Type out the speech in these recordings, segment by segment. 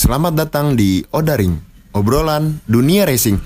Selamat datang di Odaring, obrolan dunia racing.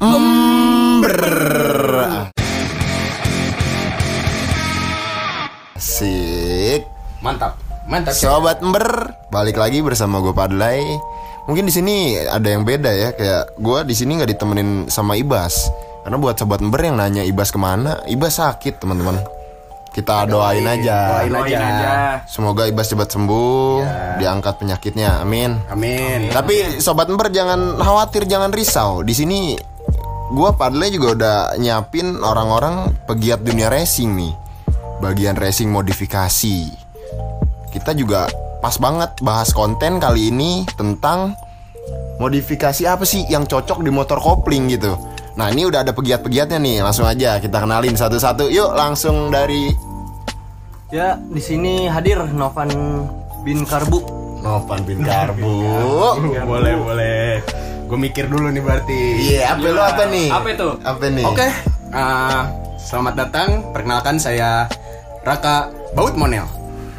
Asik. Mantap. Sobat Ember, balik lagi bersama gue Padlay. Mungkin di sini ada yang beda ya, kayak gue di sini nggak ditemenin sama Ibas. Karena buat Sobat Ember yang nanya Ibas kemana, Ibas sakit teman-teman. Kita doain aja. Semoga Ibas cepat sembuh, diangkat penyakitnya. Amin. Tapi Sobat Ember jangan khawatir, jangan risau. Di sini gua Padle juga udah nyiapin orang-orang pegiat dunia racing nih. Bagian racing modifikasi. Kita juga pas banget bahas konten kali ini tentang modifikasi apa sih yang cocok di motor kopling gitu. Nah, ini udah ada pegiat-pegiatnya nih. Langsung aja kita kenalin satu-satu. Yuk, langsung dari di sini hadir Novan bin Karbu. Boleh. Gue mikir dulu nih berarti. Iya, apa nih? Apa nih? Oke. Selamat datang. Perkenalkan saya Raka Baut Monel.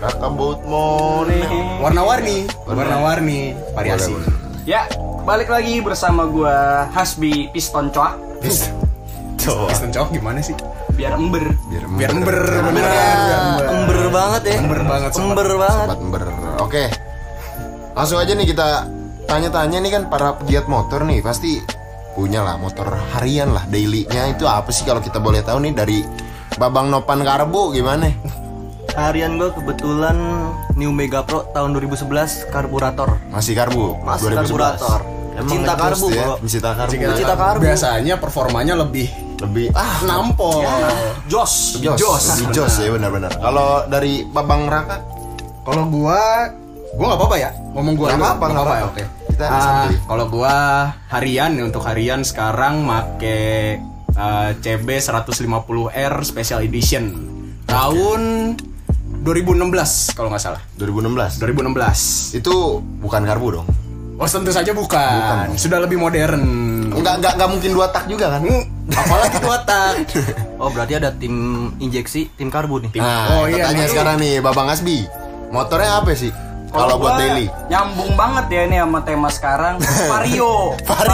Warna-warni variasi. Boleh. Ya, balik lagi bersama gua Hasbi Piston Coak. Piston cowok gimana sih? Biar ember. Ember Banget ya. Ember banget. Sobat Ember. Oke. Langsung aja nih kita tanya-tanya nih, kan para pegiat motor nih pasti punya lah motor harian lah, daily-nya itu apa sih kalau kita boleh tahu nih dari Babang Nopan Karbu gimana? Harian gue kebetulan New Mega Pro tahun 2011 karburator. Masih karbu? Masih 2011. Karburator. Cinta karbu ya? bro. Cinta karbu. Biasanya performanya lebih nampol. Jos ya benar-benar. Kalau dari Babang Raka? Kalau gua nggak apa-apa ya. Ngomong gua nggak apa-apa. Oke. Kita santai. Kalau gua untuk harian sekarang make CB 150R Special Edition tahun 2016 kalau nggak salah. 2016. Itu bukan karbu dong? Oh, tentu saja bukan. Sudah lebih modern. Enggak mungkin 2 tak juga kan? Apalagi 2 tak. Oh berarti ada tim injeksi, tim karbu nih. Nah, kita tanya sekarang nih Babang Asbi, motornya apa sih kalau buat daily? Nyambung banget ya ini sama tema sekarang. Vario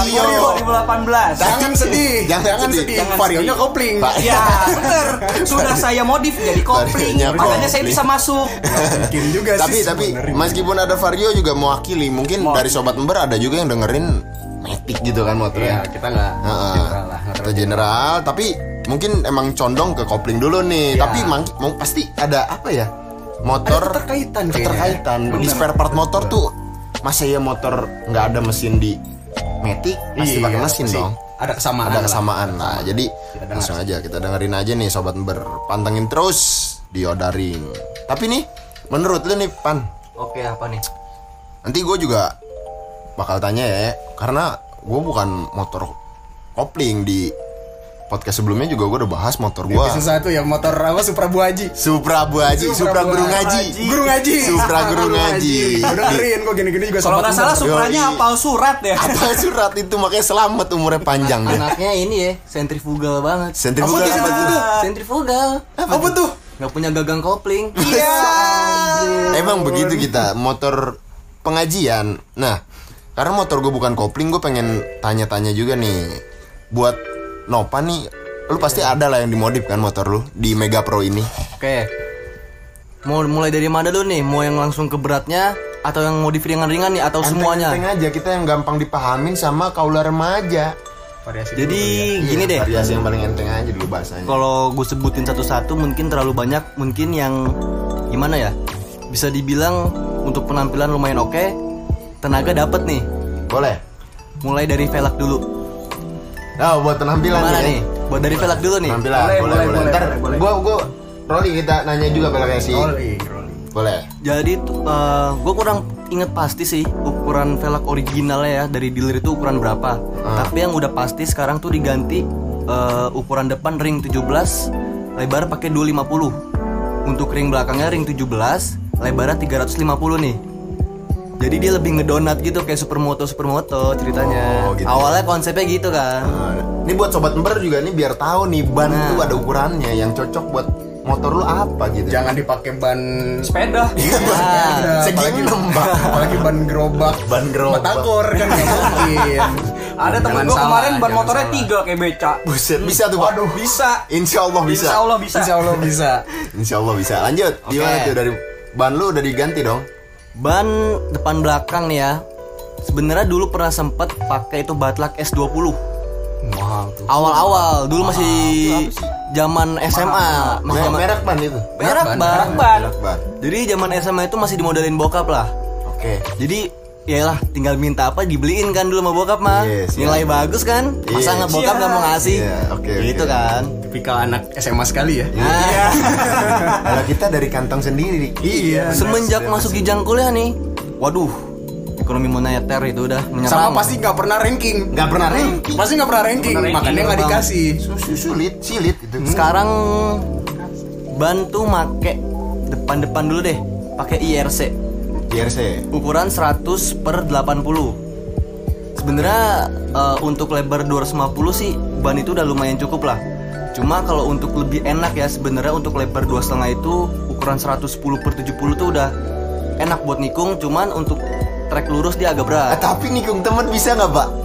2018. Jangan sedih. Varionya kopling. Ya bener. Sudah saya modif jadi kopling. Makanya saya bisa masuk. Mungkin juga sih. Tapi meskipun ada Vario juga mewakili. Mungkin dari Sobat Ember ada juga yang dengerin Matic gitu kan motornya. Iya, kita nggak general lah. Kita general, tapi mungkin emang condong ke kopling dulu nih. Ya. Tapi pasti ada apa ya? Motor ada keterkaitan. Di spare part motor tuh masa ya motor nggak ada mesin di Matic pasti pakai mesin dong. Ada kesamaan lah. Jadi langsung aja kita dengerin aja nih Sobat Ember, pantengin terus di Odaring. Tapi nih menurut lu nih Pan, Oke, apa nih? nanti gue juga bakal tanya ya, karena gue bukan motor kopling. Di podcast sebelumnya juga gue udah bahas motor gue. Episode 1 ya, motor apa? Supra Guru Ngaji. Supra Guru Ngaji. Udah dengerin kok gini-gini juga. Kalau nggak salah Supranya apal surat ya. Apal surat itu, makanya selamat umurnya panjang deh. Anaknya ini ya, sentrifugal banget. Sentrifugal apa tuh? Sentrifugal. Apa tuh? Nggak punya gagang kopling. Iya. Emang begitu kita motor pengajian. Nah, karena motor gue bukan kopling, gue pengen tanya-tanya juga nih buat Nopan nih. Lu pasti ada lah yang dimodif kan motor lu di Mega Pro ini. Oke. Mau mulai dari mana dulu nih? Mau yang langsung ke beratnya atau yang modif ringan-ringan nih atau semuanya? Enteng aja, kita yang gampang dipahamin sama kaula remaja. Jadi gini deh. Variasi yang paling enteng aja dulu bahasanya. Kalau gue sebutin satu-satu mungkin terlalu banyak. Mungkin yang gimana ya? Bisa dibilang untuk penampilan lumayan oke. Tenaga dapat nih. Boleh. Mulai dari velg dulu. Nah, buat penampilan Gimana nih? Buat dari velg dulu nih. Penampilan, boleh. Ntar gue Rolly kita nanya juga velgnya sih. Rolly. Boleh. Jadi gue kurang inget pasti sih ukuran velg originalnya ya, dari dealer itu ukuran berapa. Tapi yang udah pasti sekarang tuh diganti ukuran depan ring 17, lebar pakai 250. Untuk ring belakangnya ring 17, lebarnya 350 nih. Jadi dia lebih ngedonat gitu kayak supermoto ceritanya. Gitu. Awalnya konsepnya gitu kan. Ini buat Sobat Ember juga nih biar tahu nih ban itu ada ukurannya yang cocok buat motor lu apa gitu. Jangan dipakai ban Sepeda. Segini nembak. apalagi ban gerobak. Ban gerobak. Batagor kan nggak mungkin. Ada temen Jangan gue salah, kemarin ban jangan motornya salah. 3 kayak beca. Buset, bisa tuh Pak. Waduh, bisa. Insya Allah bisa. Insya Allah bisa. Insya Allah bisa. Insya Allah bisa. Lanjut. Gimana tuh dari ban lu udah diganti dong? Ban depan belakang nih ya. Sebenarnya dulu pernah sempet pakai itu Batlak S20. Mahal tuh. Awal-awal dulu masih zaman SMA. Masih zaman Merek ban itu. merek ban. Merek ban. Jadi zaman SMA itu masih dimodelin bokap lah. Oke. Jadi yalah tinggal minta apa dibeliin kan dulu sama bokap mah. Yes, Nilai bagus kan? Masa Yes. nggak bokap nggak mau ngasih? Iya, oke, Gitu oke. kan. Tipikal anak SMA sekali ya. Nah, Kalau kita dari kantong sendiri. Iya. semenjak masuk jenjang kuliah nih, waduh, ekonomi moneter itu udah Sama menyerang. pasti nggak pernah ranking. Nggak pernah ranking. Pasti nggak pernah ranking. Makanya nggak Bang. dikasih. Sulit itu. Sekarang ban tuh make depan-depan dulu deh, pakai IRC. JRC. Ukuran 100/80. Sebenarnya untuk lebar 250 sih ban itu udah lumayan cukup lah. Cuma kalau untuk lebih enak ya sebenarnya untuk lebar 2,5 itu ukuran 110/70 tuh udah enak buat nikung. Cuman untuk trek lurus dia agak berat. Tapi nikung temen bisa nggak Pak?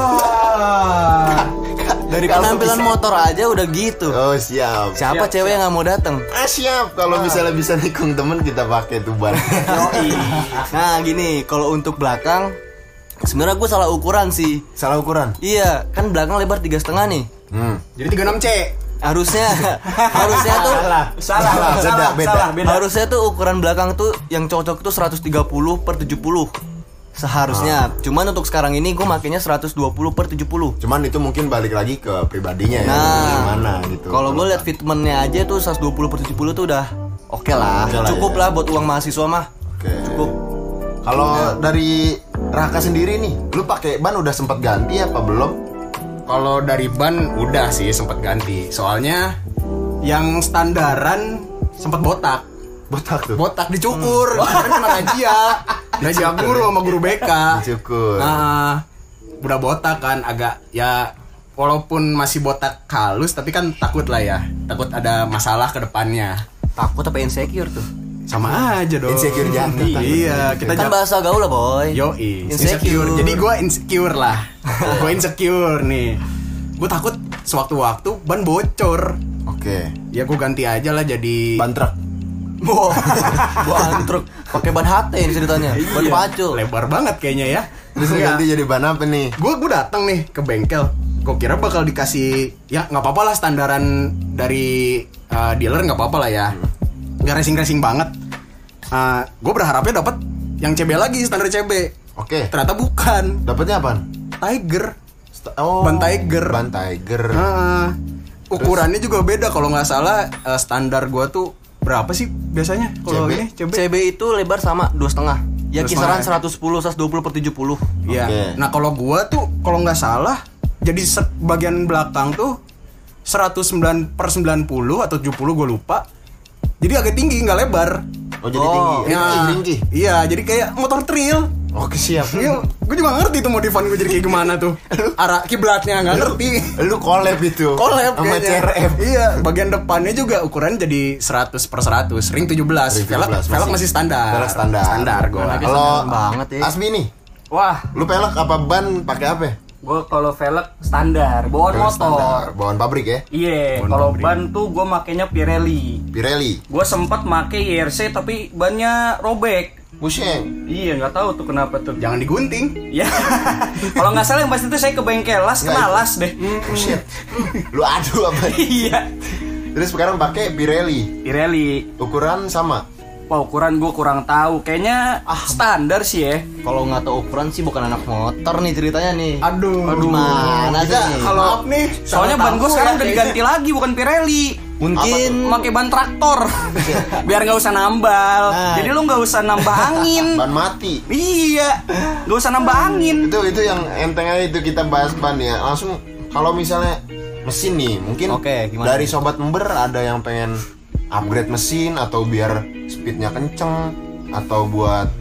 Dari Kalau penampilan bisa- motor aja udah gitu. Oh siap. Siapa cewek yang nggak mau datang? Siap. Kalau misalnya bisa nikung temen kita pakai tuh ban. Nah gini, kalau untuk belakang sebenarnya gue salah ukuran sih. Salah ukuran. Iya, kan belakang lebar 3,5 nih. Jadi 36C. Harusnya tuh harusnya tuh ukuran belakang tuh yang cocok tuh 130/70 seharusnya. Cuman untuk sekarang ini gue makainya 120/70. Cuman itu mungkin balik lagi ke pribadinya ya. Nah, Gimana gitu. Kalau gue lihat fitmentnya aja tuh 120/70 tuh udah oke lah. Oke lah, Cukup ya. lah buat uang mahasiswa mah. Oke. Cukup. Kalau dari Raka sendiri nih, lu pakai ban udah sempat ganti apa belum? Kalau dari ban udah sih sempat ganti. Soalnya yang standaran sempat botak. Botak tuh. Botak dicukur. Kemarin kena razia guru sama guru BK. Dicukur. Nah, udah botak kan agak ya walaupun masih botak halus tapi kan takut lah ya. Takut ada masalah ke depannya. Takut apa insecure tuh? Sama aja dong. Insecure jangan. Iya, kita Kan bahasa gaul lah boy. Yoi, Insecure. Jadi gue insecure lah. Gue insecure nih. Gue takut sewaktu-waktu ban bocor. Oke. Ya gue ganti aja lah jadi Ban truk. Wow. Ban truk pakai ban HT ini ceritanya. Ban Iya, pacul. lebar banget kayaknya ya. Terus lu ganti jadi ban apa nih? Gue datang nih ke bengkel. Gue kira bakal dikasih ya nggak apa-apa lah standaran dari dealer nggak apa-apa lah ya. Nggak racing banget. Gue berharapnya dapat yang CB lagi standar CB. Oke. Ternyata bukan. Dapatnya apaan? Tiger. Oh, Ban Tiger. Ban Tiger. Ukurannya juga beda kalau nggak salah standar gua tuh berapa sih biasanya kalau CB? ini CB? CB itu lebar sama 2,5. Ya 2,5 kisaran ya? 110/70. Iya. Oke. Nah kalau gua tuh kalau nggak salah jadi bagian belakang tuh 109/90 atau 70 gua lupa. Jadi agak tinggi nggak lebar. Oh, jadi tinggi. Ringkih. Iya, jadi kayak motor trail. Oke, siap. Iya, gue juga ngerti tuh modifan gue jadi kayak gimana tuh. Arah kiblatnya nggak ngerti. Lu collab itu. Collab sama kayaknya. CRF. Iya, bagian depannya juga ukuran jadi 100/100, ring 17. Ring 17 Velg masih standar. Velg standar. Standar gue. Nah, Kalau banget ya. Asmi nih, Wah, lu pelek apa ban pakai apa? gue kalau velg standar, bawaan Velg motor. standar, bawaan pabrik ya. Iya, Bawaan kalau pabrik. ban tuh gue makainya Pirelli. Pirelli. Gue sempat make IRC tapi bannya robek. Busheng. Iya, nggak tahu tuh kenapa tuh. Jangan digunting. Ya, kalau nggak salah yang pasti itu saya ke bengkel las, kena las deh. Buset. Lu adu apa? Iya, Terus sekarang pakai Pirelli. Pirelli. Ukuran sama. Wah, ukuran gue kurang tahu. Kayaknya standar sih ya. Kalau nggak tahu ukuran sih bukan anak motor nih ceritanya nih. Aduh. Mana sih? Kita Kalau nih, Soalnya ban gue sekarang udah diganti lagi, bukan Pirelli. Mungkin Pakai ban traktor. Biar nggak usah nambal. Nah. Jadi lu nggak usah nambah angin. ban mati. Iya, nggak usah nambah angin. Itu yang enteng aja itu kita bahas ban ya. Langsung kalau misalnya mesin nih, mungkin Oke, gimana? dari sobat member ada yang pengen upgrade mesin atau biar speednya kenceng atau buat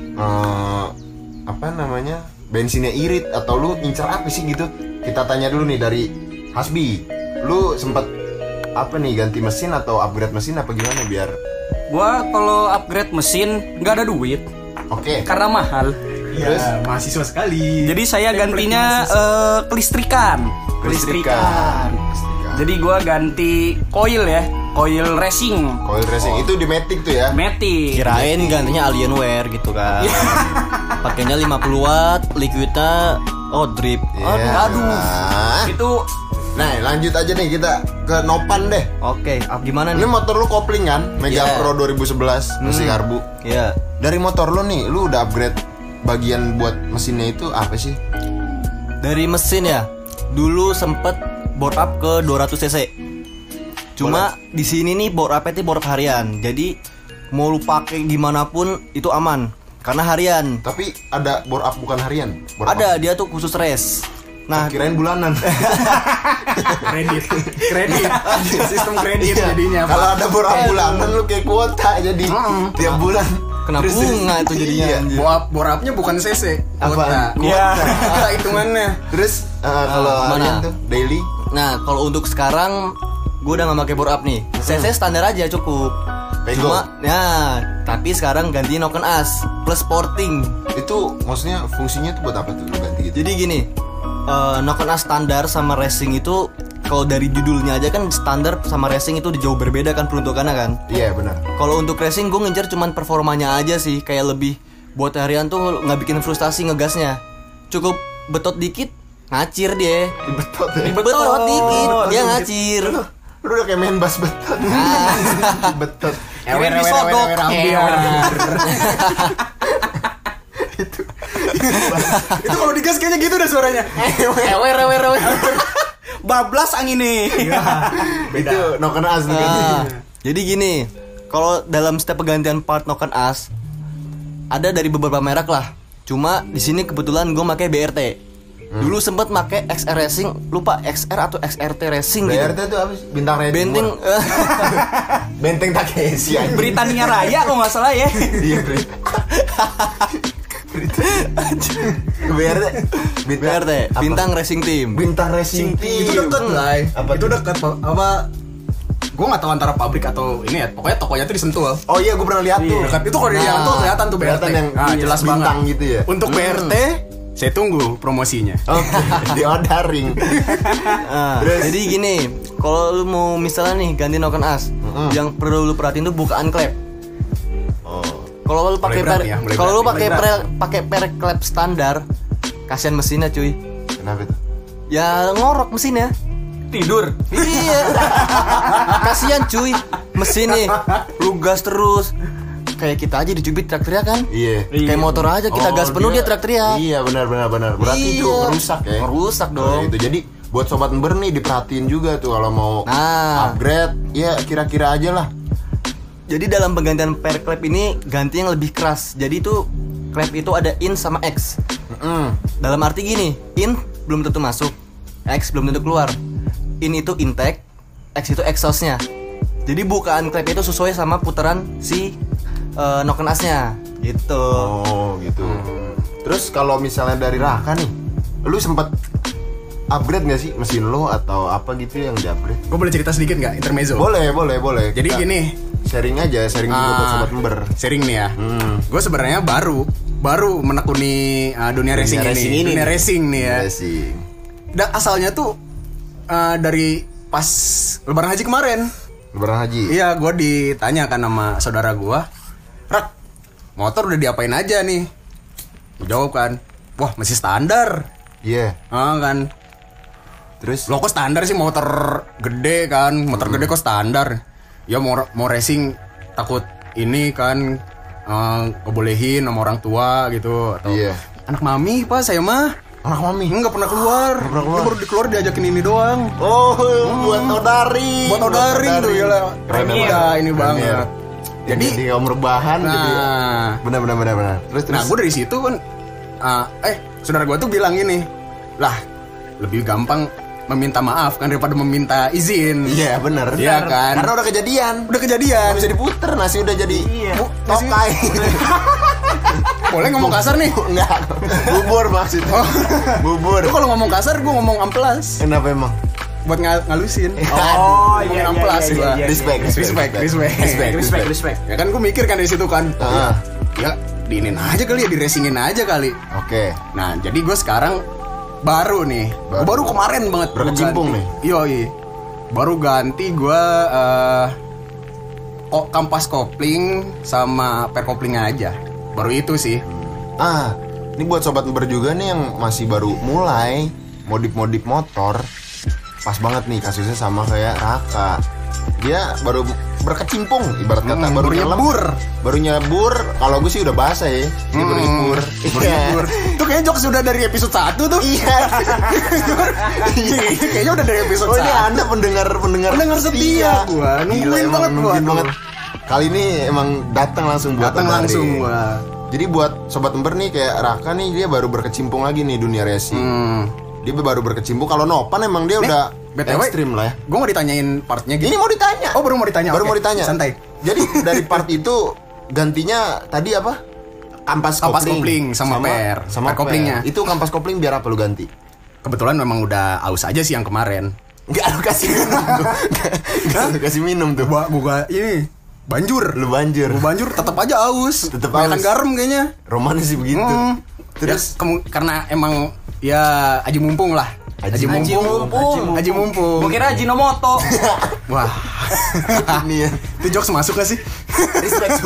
apa namanya bensinnya irit atau lu incer apa sih gitu. Kita tanya dulu nih dari Hasbi, lu sempet apa nih, ganti mesin atau upgrade mesin apa gimana biar? Gua kalau upgrade mesin nggak ada duit Oke. karena mahal. Terus? Ya, mahasiswa sekali. Jadi saya gantinya kelistrikan. Kelistrikan. Jadi gua ganti coil ya, coil racing. Coil racing itu di Matic tuh ya. Matic. Kirain gantinya Alienware gitu kan. Pakainya 50 watt, liquidnya drip. Iya. Aduh. Itu Nah, lanjut aja nih kita ke Nopan deh. Oke, gimana Ini nih? motor lu kopling kan? Mega Iya. Pro 2011 mesin karbu. Iya. Dari motor lu nih, lu udah upgrade bagian buat mesinnya itu apa sih? Dari mesin ya. Dulu sempet board up ke 200 cc. Cuma di sini nih board up-nya board up harian. Jadi mau lu pakai gimana pun itu aman karena harian. Tapi ada bore up bukan harian. Bore up. Ada, dia tuh khusus race. Nah, Kirain bulanan. kredit. Sistem kredit jadinya. Pak. Kalau ada bore up bulanan lu kayak kuota jadi tiap bulan. kena bunga itu jadinya. Iya. anjir. Borapnya bukan CC. Apaan? Kuota. Kuota hitungannya. Terus kalau mana? harian tuh daily Nah, kalau untuk sekarang gue udah gak pakai board up nih. CC standar aja cukup. Pego. Cuma, tapi sekarang ganti Noken As plus sporting. itu maksudnya fungsinya tuh buat apa tuh ganti gitu? Jadi gini, Noken As standar sama racing itu kalau dari judulnya aja kan standar sama racing itu jauh berbeda kan peruntukannya kan. Iya benar. Kalau untuk racing gue ngincer cuman performanya aja sih, kayak lebih buat harian tuh nggak bikin frustasi ngegasnya. Cukup betot dikit ngacir dia. Betot ya. Betot dikit dia ngacir. Lu udah kayak main bass betot. Betot. Ewer disodok. Itu kalau digas kayaknya gitu dah suaranya. Ewer. bablas angin nih. Itu Noken As nih. Jadi gini, kalau dalam setiap pergantian part Noken As ada dari beberapa merek lah. Cuma di sini kebetulan gue pakai BRT. Dulu sempet pakai XR Racing, lupa XR atau XRT Racing gitu. BRT tuh apa sih? Bintang Red Benteng Bull. Benteng Takeshi anjing. Britania Raya kok nggak salah ya. Iya, BRT. BRT, Bintang Racing Team. Bintang Racing Team. Itu dekat lah. Apa Itu tuh? dekat apa? Gue nggak tahu antara pabrik atau ini ya. Pokoknya tokonya tuh di Sentul. Oh iya, gue pernah lihat tuh. Dekat itu kalau di jalan tuh kelihatan tuh BRT. Kelihatan yang jelas bintang banget. gitu ya. Untuk BRT saya tunggu promosinya. Oke, di ordering. Jadi gini, kalau lu mau misalnya nih ganti Noken As, yang perlu lu perhatiin tuh bukaan klep. Oh. Kalau lu pakai berat nih ya, mulai kalau lu berat, pakai mulai berat. pakai per klep standar, kasihan mesinnya cuy. Kenapa tuh? Ya ngorok mesinnya. Tidur. Iya. Kasihan cuy, mesin nih. Lu gas terus. Kayak kita aja dicubit teriak-teriak kan? Iya. Kayak motor aja kita gas penuh dia teriak-teriak. Iya, benar. Berarti itu Iya. rusak ya. Rusak Oh, dong. itu jadi buat sobat ember nih diperhatiin juga tuh kalau mau Nah. upgrade, ya kira-kira aja lah. Jadi dalam penggantian per klep ini ganti yang lebih keras. Jadi itu klep itu ada in sama X. Dalam arti gini, in belum tentu masuk, X belum tentu keluar. In itu intake, X itu exhaustnya. Jadi bukaan klep itu sesuai sama putaran si Noken As-nya gitu. Oh, gitu. Terus kalau misalnya dari Raka nih, lu sempet upgrade nggak sih mesin lo atau apa gitu yang di-upgrade? Gue boleh cerita sedikit nggak intermezzo? Boleh. Jadi Kita gini, sharing aja, sharing juga buat sobat ember. sharing nih ya. Gue sebenarnya baru menekuni dunia racing ini. Dunia racing nih ya. Racing. Asalnya tuh dari pas Lebaran Haji kemarin. Lebaran Haji. Iya, gue ditanya kan sama saudara gue, Rak, motor udah diapain aja nih? Gue jawab kan, wah masih standar. Iya. Kan, Terus lo kok standar sih motor gede kan? Motor gede kok standar? Ya mau racing takut ini kan ngebolehin sama orang tua gitu atau Iya. anak mami pak saya mah anak mami. nggak pernah keluar. Dia baru dikeluar diajakin ini doang. Oh, buat odaring. Buat odaring tuh ya lah. Premier. Ini banget. Jadi om rebahan gitu. Ya. nah, Benar. Terus nah gue dari situ kan saudara gue tuh bilang gini, lah lebih gampang meminta maaf kan daripada meminta izin. Iya, benar. Iya kan? Karena udah kejadian. Nggak Bisa diputer, nasi udah jadi nasi- tokai. Boleh ngomong kasar nih? Enggak. Bubur maksudnya. Bubur. Lu kalau ngomong kasar gue ngomong amplas. Kenapa emang? buat ngalusin. Oh Ngomongin iya, amplas iya, gua. iya, iya. Respect. Ya kan gue mikir kan dari situ kan. Ya diinin aja kali ya, diracingin aja kali. Oke. Nah, jadi gue sekarang baru nih. Baru kemarin banget Berkecimpung ganti. nih. Yoi. Baru ganti gue kampas kopling sama per koplingnya aja. Baru itu sih. Ini buat sobat Ember juga nih yang masih baru mulai modif motor. Pas banget nih kasusnya sama kayak Raka. Dia baru berkecimpung ibarat kata, baru nyebur. Kalau gue sih udah basah ya. Ini baru nyebur. Itu kayaknya jokes sudah dari episode 1 tuh. Iya. Kayaknya udah dari episode 1. Ini Anda pendengar setia gua. Nungguin banget gua. Kali ini emang datang langsung buat gua. Jadi buat sobat Ember nih kayak Raka nih, dia baru berkecimpung lagi nih dunia racing. Dia baru berkecimpung. Kalau Nopan emang dia udah BTW, ekstrim lah ya. Gue mau ditanyain partnya gitu. Ini mau ditanya. Oh, baru mau ditanya. Baru Oke. mau ditanya. Santai. Jadi dari part itu gantinya tadi apa? Kampas kopling sama per koplingnya. Itu kampas kopling biar apa lu ganti? Kebetulan memang udah aus aja sih yang kemarin. Enggak, lu kasih minum tuh. Lu kasih minum tuh. Gua ini banjur. Lu banjir. Gua banjur tetap aja aus. Tetep Banyakan aus. garam kayaknya. Romanis sih begitu. Terus Ya, karena emang ya aji mumpung lah. Aji mumpung. Gua kira Ajinomoto. Wah. ini ya. Itu jokes masuk gak sih? Respect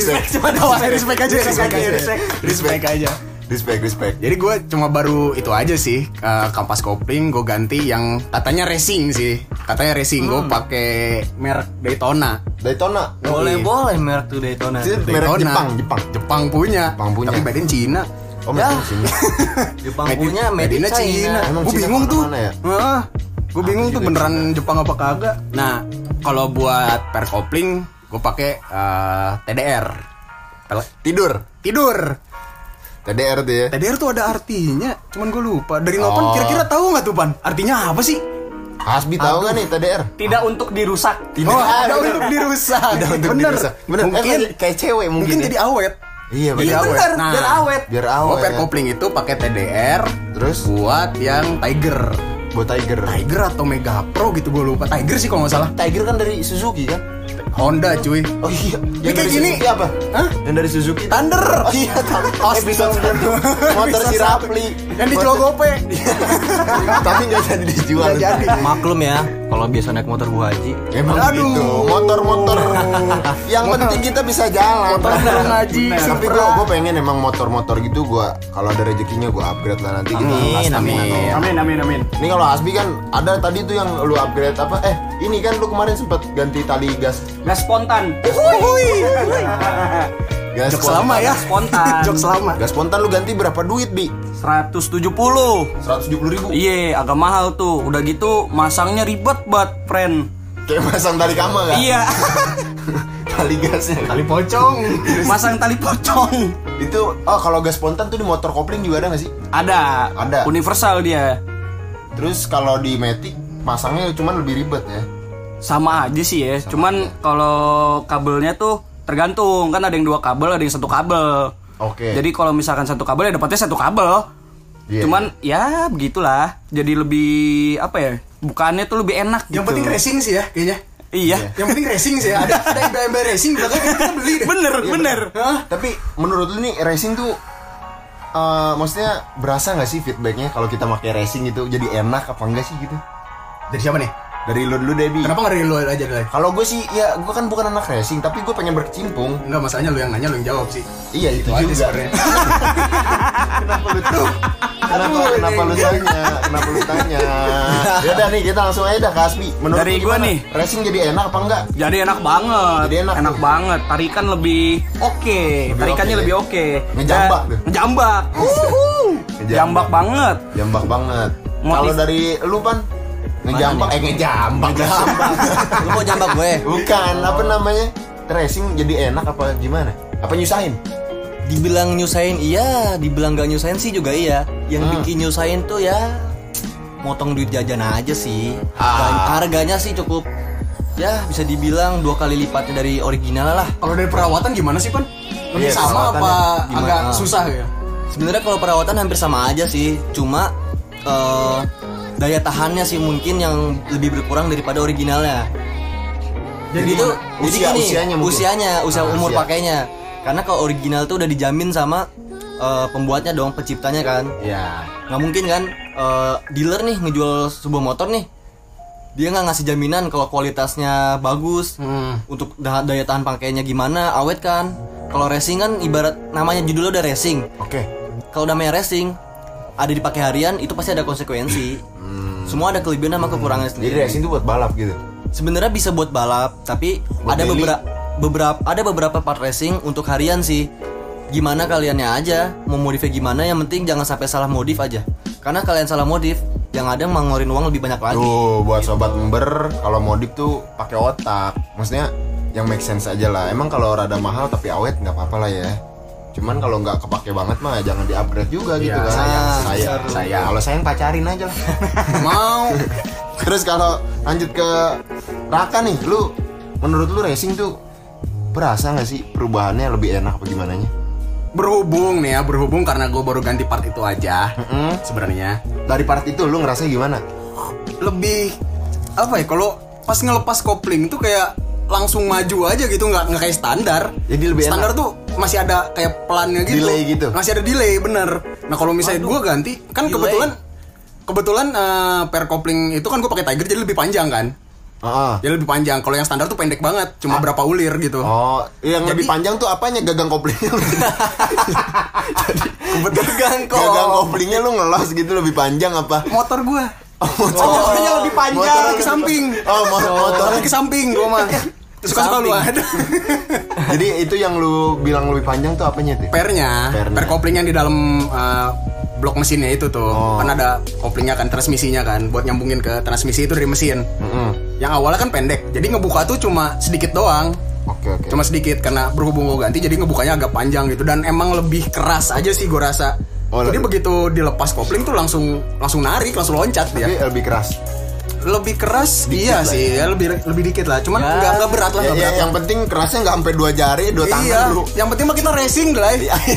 aja. Respect. Jadi gue cuma baru itu aja sih, kampas kopling gue ganti yang katanya racing sih. Katanya racing gue pakai merek Daytona. Boleh merek tuh Daytona. Itu merek Jepang punya. Tapi made in Cina. Oh, made in Cina. Jepang punya made in China. Emang Gue Cina bingung tuh. kemana ya? Gue bingung tuh beneran Jepang apa kagak. Nah, kalau buat per kopling gue pakai TDR. Tidur. TDR tuh ya. TDR tuh ada artinya, cuman gue lupa. Dari Nopan kira-kira tahu nggak tuh Pan? Artinya apa sih? Hasbi tahu nggak nih TDR? Tidak untuk dirusak. Ada untuk dirusak. Bener. Mungkin kayak cewek mungkin. Mungkin jadi awet. Iya Jadi awet. Bener, Nah, biar awet. Gue per kopling itu pakai TDR, Terus buat yang Tiger buat Tiger atau Mega Pro gitu, gue lupa. Tiger sih kalau nggak salah. Tiger kan dari Suzuki kan? Honda cuy. Oh iya. Yang kayak gini. Suzuki apa? Hah? Yang dari Suzuki Thunder. Oh iya, episode 1 motor si Rapli Yang dijual gope. tapi nggak jadi dijual. Nggak jadi. Maklum ya, kalau biasa naik motor Bu Haji. Emang Aduh. gitu. Motor yang penting kita bisa jalan. Motor baru ngaji. Tapi gue pengen emang motor gitu, gue kalau ada rezekinya gue upgrade lah nanti gitu. Amin. Ini kalau Hasbi kan ada tadi tuh yang lu upgrade apa? Ini kan lu kemarin sempat ganti tali gas. Gas spontan. Gas Jok selama ya. Spontan. Jok selama. Gas spontan lu ganti berapa duit, Bi? 170. 170.000. Iya, agak mahal tuh. Udah gitu masangnya ribet banget, friend. Kayak masang tali kama kan? Iya. Tali gasnya. Tali pocong. Masang tali pocong. Itu kalau gas spontan tuh di motor kopling juga ada nggak sih? Ada. Universal dia. Terus kalau di Matic masangnya cuman lebih ribet ya. Sama aja sih ya. Cuman kalau kabelnya tuh tergantung, kan ada yang 2 kabel, ada yang 1 kabel. Oke. Jadi kalau misalkan 1 kabel ya dapatnya 1 kabel. Iya, Cuman ya begitulah. Jadi lebih apa ya? Bukannya tuh lebih enak Yang gitu. penting racing sih ya kayaknya. Iya. Yang penting racing sih ya. Ada MB racing belakang kita beli deh. Bener. Tapi menurut lu nih racing tuh maksudnya berasa nggak sih feedbacknya kalau kita pakai racing itu jadi enak apa enggak sih gitu? Dari siapa nih? Dari lu dulu Debbie. Kenapa nggak dari lu aja deh? Kalau gue sih ya gue kan bukan anak racing tapi gue pengen berkecimpung. Enggak, masalahnya lu yang nanya, lu yang jawab sih. Iya itu aja juga. sebenarnya. Kenapa lu tuh? Kenapa lu tanya? Ya udah nih kita langsung aja dah ke Hasbi. Menurut Dari lu gua gimana? nih. Racing jadi enak apa enggak? Jadi enak banget. Jadi enak tuh. banget. Tarikan lebih oke. Tarikannya oke. lebih oke. Ngejambak tuh. Ngejambak. Jambak banget. Jambak banget. Motif- Kalau dari lu Pan? Ngejambak. Lu mau jambak gue? Bukan, apa namanya? Racing jadi enak apa gimana? Apa nyusahin? Dibilang nyusahin iya, dibilang gak nyusahin sih juga iya. Yang bikin nyusahin tuh ya motong duit jajan aja sih. Harganya sih cukup ya bisa dibilang 2 kali lipatnya dari original lah. Kalau dari perawatan gimana sih, Pan? Lebih Iya, sama apa perawatannya agak gimana? susah ya? Sebenarnya kalau perawatan hampir sama aja sih, cuma daya tahannya sih mungkin yang lebih berkurang daripada originalnya. Jadi itu usianya mungkin. usia umur usia. pakainya. Karena kalau original tuh udah dijamin sama pembuatnya dong, penciptanya kan. Iya. Nggak mungkin kan dealer nih ngejual sebuah motor nih, dia nggak ngasih jaminan kalau kualitasnya bagus, untuk daya tahan pakainya gimana, awet kan. Kalau racing kan ibarat namanya judulnya udah racing. Oke. Kalau namanya racing, ada dipakai harian itu pasti ada konsekuensi. Semua ada kelebihan sama kekurangannya Jadi sendiri. racing tuh buat balap gitu. Sebenarnya bisa buat balap, tapi Buat ada daily? beberapa part racing untuk harian sih. Gimana kaliannya aja, mau modifnya gimana, yang penting jangan sampai salah modif aja. Karena kalian salah modif, yang ada ngeluarin uang lebih banyak lagi. Tuh buat sobat member, kalau modif tuh pakai otak. Maksudnya yang make sense aja lah. Emang kalau rada mahal tapi awet nggak apa-apa lah ya. Cuman kalau nggak kepake banget mah jangan di-upgrade juga gitu Iya, kan. sayang. Kalau sayang pacarin aja lah. Mau. Terus kalau lanjut ke Raka nih, menurut lu racing tuh berasa nggak sih perubahannya lebih enak apa gimana nya? Berhubung karena gue baru ganti part itu aja. Sebenarnya Dari part itu lu ngerasa gimana? lebih apa ya, kalau pas ngelepas kopling itu kayak langsung maju aja gitu, nggak kayak standar. Jadi lebih standar enak. tuh masih ada kayak pelannya gitu. Delay gitu. Masih ada delay, bener. Nah kalau misalnya gue ganti, kan delay. kebetulan pair kopling itu kan gue pakai Tiger jadi lebih panjang kan. Jadi lebih panjang. Kalau yang standar tuh pendek banget, cuma berapa ulir gitu. Oh, yang Jadi- lebih panjang tuh apanya? Gagang koplingnya. Gagang Gagang koplingnya lu ngelos gitu lebih panjang apa? Motor gue. Motornya lebih panjang ke samping. Oh, motornya ke samping gue mah. Suka-suka lu ada. Jadi itu yang lu bilang lebih panjang tuh apanya tuh? Pairnya, pair kopling yang di dalam blok mesinnya itu tuh. Oh. Kan ada koplingnya kan, transmisinya kan, buat nyambungin ke transmisi itu dari mesin. Yang awalnya kan pendek, jadi ngebuka tuh cuma sedikit doang. Oke. Cuma sedikit, karena berhubung gue ganti jadi ngebukanya agak panjang gitu. Dan emang lebih keras aja sih gue rasa. Oh, Jadi lebih- begitu dilepas kopling tuh langsung narik, langsung loncat dia. Tapi lebih keras. Lebih keras, iya lah sih, ya lebih dikit lah. Cuman Ya. nggak berat lah, Ya, nggak berat. yang penting kerasnya nggak sampai 2 jari, 2 tangan Iya, dulu. yang penting mah kita racing lah.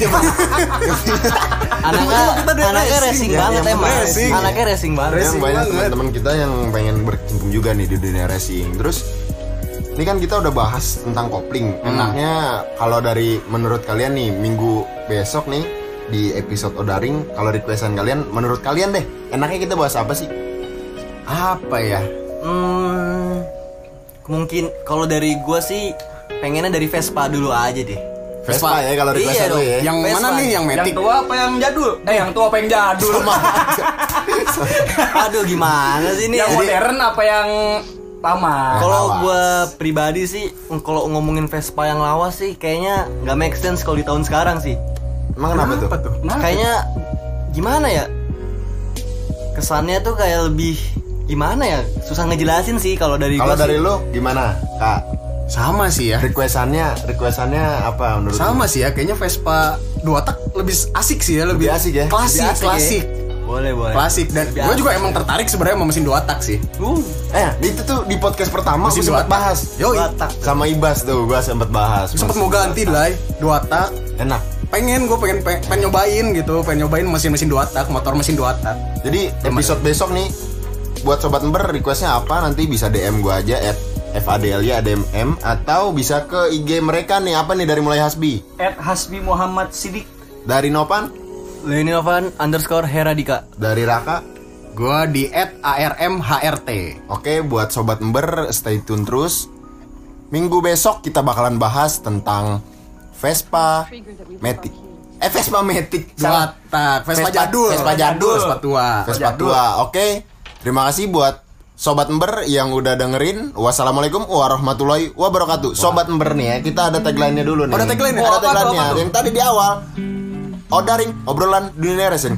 Anaknya racing Ya, banget yang emang. racing. Anaknya racing banget. Yang banyak banget. teman-teman kita yang pengen berkecimpung juga nih di dunia racing. Terus ini kan kita udah bahas tentang kopling. Enaknya kalau dari menurut kalian nih minggu besok nih di episode Odaring, kalau requestan kalian, menurut kalian deh, enaknya kita bahas apa sih? Apa ya? Mungkin kalau dari gua sih pengennya dari Vespa dulu aja deh. Vespa ya kalau requestan Iya lu dong. ya. Yang Vespa. mana nih, yang Yang metik? tua apa yang jadul? Yang tua apa yang jadul? Aduh gimana sih ini? Yang modern apa yang lama? Kalau lawas. gua pribadi sih, kalau ngomongin Vespa yang lawas sih kayaknya nggak make sense kalau di tahun sekarang sih. Emang kenapa tuh? Kayaknya gimana ya? Kesannya tuh kayak lebih gimana ya? Susah ngejelasin sih kalau dari Kalau gua dari sih. lu gimana, Kak? Sama sih ya. Requestannya apa menurut lu? Sama sih ya, kayaknya Vespa 2 tak lebih asik sih ya, Lebih asik ya? Klasik, Lebih asik ya. klasik. Boleh. Klasik, dan Lebih gue juga asik. emang tertarik sebenarnya sama mesin 2 tak sih. Itu tuh di podcast pertama Mesin gue sempat 2 tak. bahas. Yoi. Dua tak. Sama Ibas tuh gue sempat bahas. Sempet mau ganti lah 2 tak. Enak. Gue pengen nyobain gitu, pengen nyobain mesin 2 tak, motor mesin 2 tak. Jadi episode besok nih buat sobat ember requestnya apa nanti bisa DM gue aja @fadlia_admm atau bisa ke IG mereka nih, apa nih dari mulai Hasbi, @Hasbi Muhammad Sidik. dari Nopan, Leninovan_Heradika. dari Raka. Gue di @armhrt. Oke, buat sobat ember stay tune terus. Minggu besok kita bakalan bahas tentang Vespa Matic. Vespa Matic. 2 tak, Vespa jadul. Vespa jadul. Vespa tua. Vespa tua. Oke. Terima kasih buat sobat ember yang udah dengerin. Wassalamualaikum warahmatullahi wabarakatuh. Sobat ember nih ya, kita ada tagline-nya dulu nih. Ada tagline-nya? Ada Apa tuh, tagline-nya. apa tuh? Yang tadi di awal. Odaring, obrolan dunia racing.